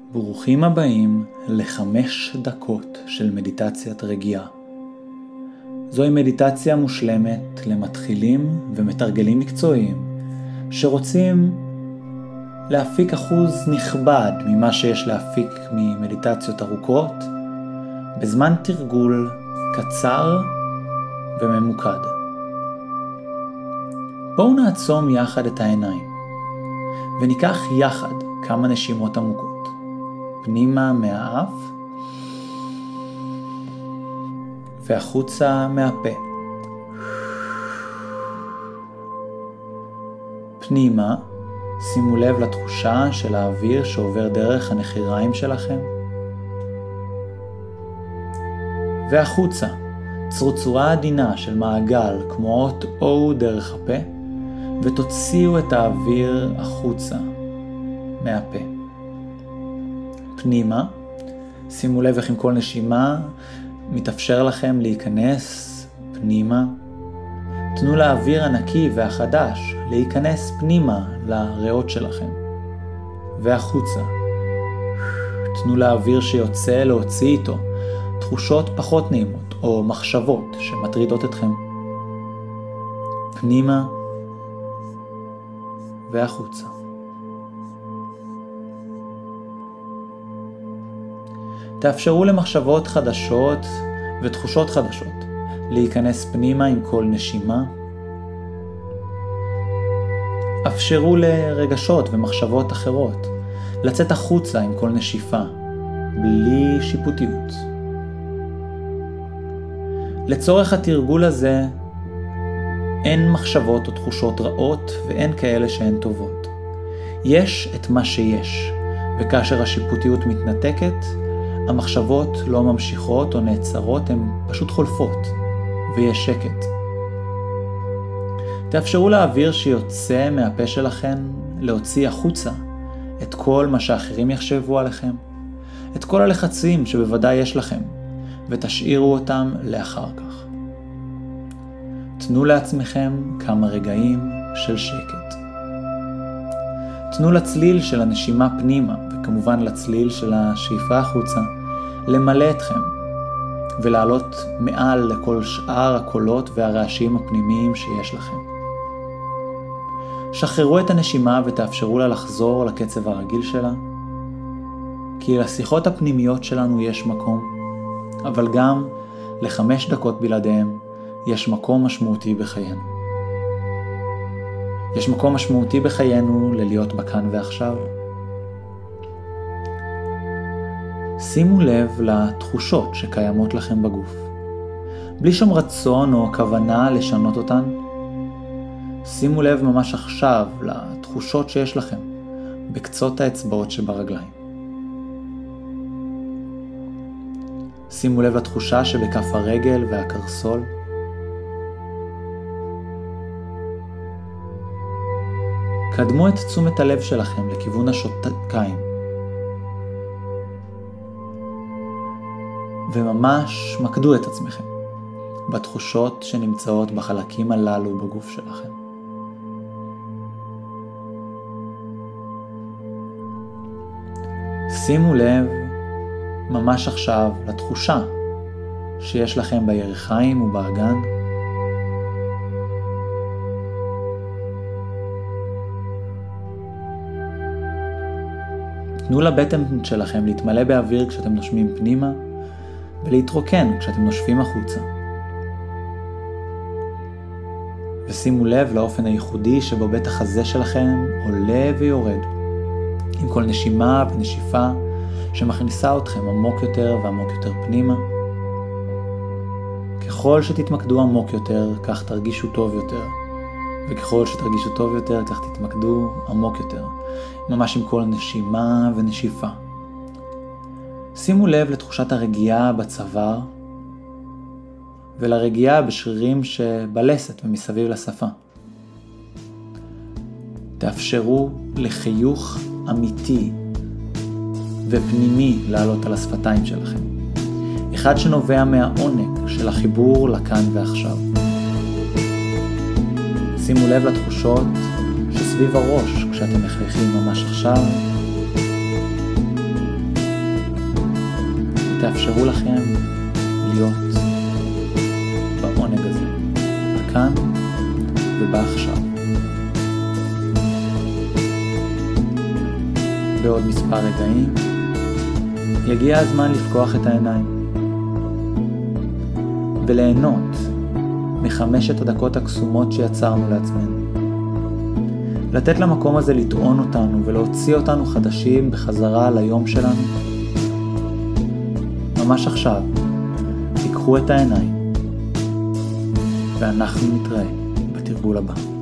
ברוכים הבאים ל5 דקות של מדיטציית רגיעה. זוהי מדיטציה מושלמת למתחילים ומתרגלים מקצועיים שרוצים להפיק אחוז נכבד ממה שיש להפיק ממדיטציות ארוכות בזמן תרגול קצר וממוקד. בואו נעצום יחד את העיניים וניקח יחד כמה נשימות עמוקות. פנימה מהאף והחוצה מהפה. פנימה, שימו לב לתחושה של האוויר שעובר דרך הנחיריים שלכם. והחוצה, צרוצורה עדינה של מעגל כמו אות O דרך הפה, ותוציאו את האוויר החוצה מהפה. פנימה, שימו לב איך עם כל נשימה מתאפשר לכם להיכנס פנימה. תנו לאוויר הנקי והחדש להיכנס פנימה לריאות שלכם. והחוצה, תנו לאוויר שיוצא להוציא איתו תחושות פחות נעימות או מחשבות שמטרידות אתכם. פנימה והחוצה. תאפשרו למחשבות חדשות ותחושות חדשות להיכנס פנימה עם כל נשימה. אפשרו לרגשות ומחשבות אחרות לצאת החוצה עם כל נשיפה, בלי שיפוטיות. לצורך התרגול הזה, אין מחשבות או תחושות רעות ואין כאלה שהן טובות. יש את מה שיש, וכאשר השיפוטיות מתנתקת, המחשבות לא ממשיכות או נעצרות, הן פשוט חולפות, ויש שקט. תאפשרו לאוויר שיוצא מהפה שלכם להוציא החוצה את כל מה שאחרים יחשבו עליכם, את כל הלחצים שבוודאי יש לכם, ותשאירו אותם לאחר כך. תנו לעצמכם כמה רגעים של שקט. תנו לצליל של הנשימה פנימה, וכמובן לצליל של השאיפה החוצה, למלא אתכם, ולעלות מעל לכל שאר הקולות והרעשים הפנימיים שיש לכם. שחררו את הנשימה ותאפשרו לה לחזור לקצב הרגיל שלה, כי לשיחות הפנימיות שלנו יש מקום, אבל גם ל5 דקות בלעדיהם יש מקום משמעותי בחיינו. יש מקום משמעותי בחיינו ללהיות בכאן ועכשיו. שימו לב לתחושות שקיימות לכם בגוף. בלי שום רצון או כוונה לשנות אותן, שימו לב ממש עכשיו לתחושות שיש לכם בקצות האצבעות שברגליים. שימו לב לתחושה שבכף הרגל והקרסול. קדמו את תשומת הלב שלכם לכיוון השותקיים. וממש מקדו את עצמכם בתחושות שנמצאות בחלקים הללו בגוף שלכם. שימו לב ממש עכשיו לתחושה שיש לכם בירכיים ובאגן. תנו לבטן שלכם להתמלא באוויר כשאתם נושמים פנימה, ולהתרוקן כשאתם נושפים החוצה. ושימו לב לאופן הייחודי שבו בית החזה שלכם עולה ויורד, עם כל נשימה ונשיפה שמכניסה אתכם עמוק יותר ועמוק יותר פנימה. ככל שתתמקדו עמוק יותר, כך תרגישו טוב יותר, וככל שתרגישו טוב יותר, כך תתמקדו עמוק יותר, ממש עם כל נשימה ונשיפה. שימו לב לתחושת הרגיעה בצוואר ולרגיעה בשרירים שבלסת ומסביב לשפה. תאפשרו לחיוך אמיתי ופנימי לעלות על השפתיים שלכם. אחד שנובע מהעונג של החיבור לכאן ועכשיו. שימו לב לתחושות שסביב הראש כשאתם מחייכים ממש עכשיו. ותאפשרו לכם להיות בעונג הזה, בכאן ובעכשיו. בעוד מספר רגעים יגיע הזמן לפקוח את העיניים וליהנות מחמשת הדקות הקסומות שיצרנו לעצמנו. לתת למקום הזה לטעון אותנו ולהוציא אותנו חדשים בחזרה ליום שלנו. ממש עכשיו, תיקחו את העיניים ואנחנו נתראה בתרגול הבא.